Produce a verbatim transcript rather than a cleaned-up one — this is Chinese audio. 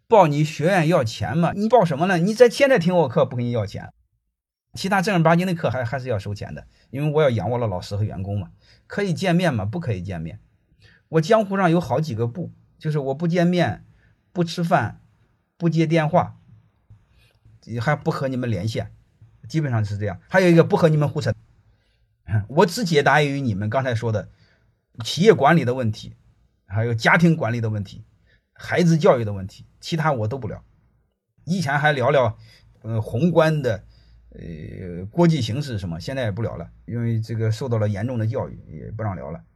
报你学院要钱嘛？你报什么呢？你在现在听我课不给你要钱，其他正儿八经的课还还是要收钱的，因为我要养我的老师和员工嘛。可以见面吗？不可以见面。我江湖上有好几个不，就是我不见面，不吃饭，不接电话，还不和你们连线，基本上是这样。还有一个不和你们互扯，我只解答于你们刚才说的企业管理的问题，还有家庭管理的问题，孩子教育的问题，其他我都不聊。以前还聊聊呃宏观的呃国际形势什么，现在也不聊了，因为这个受到了严重的教育，也不让聊了。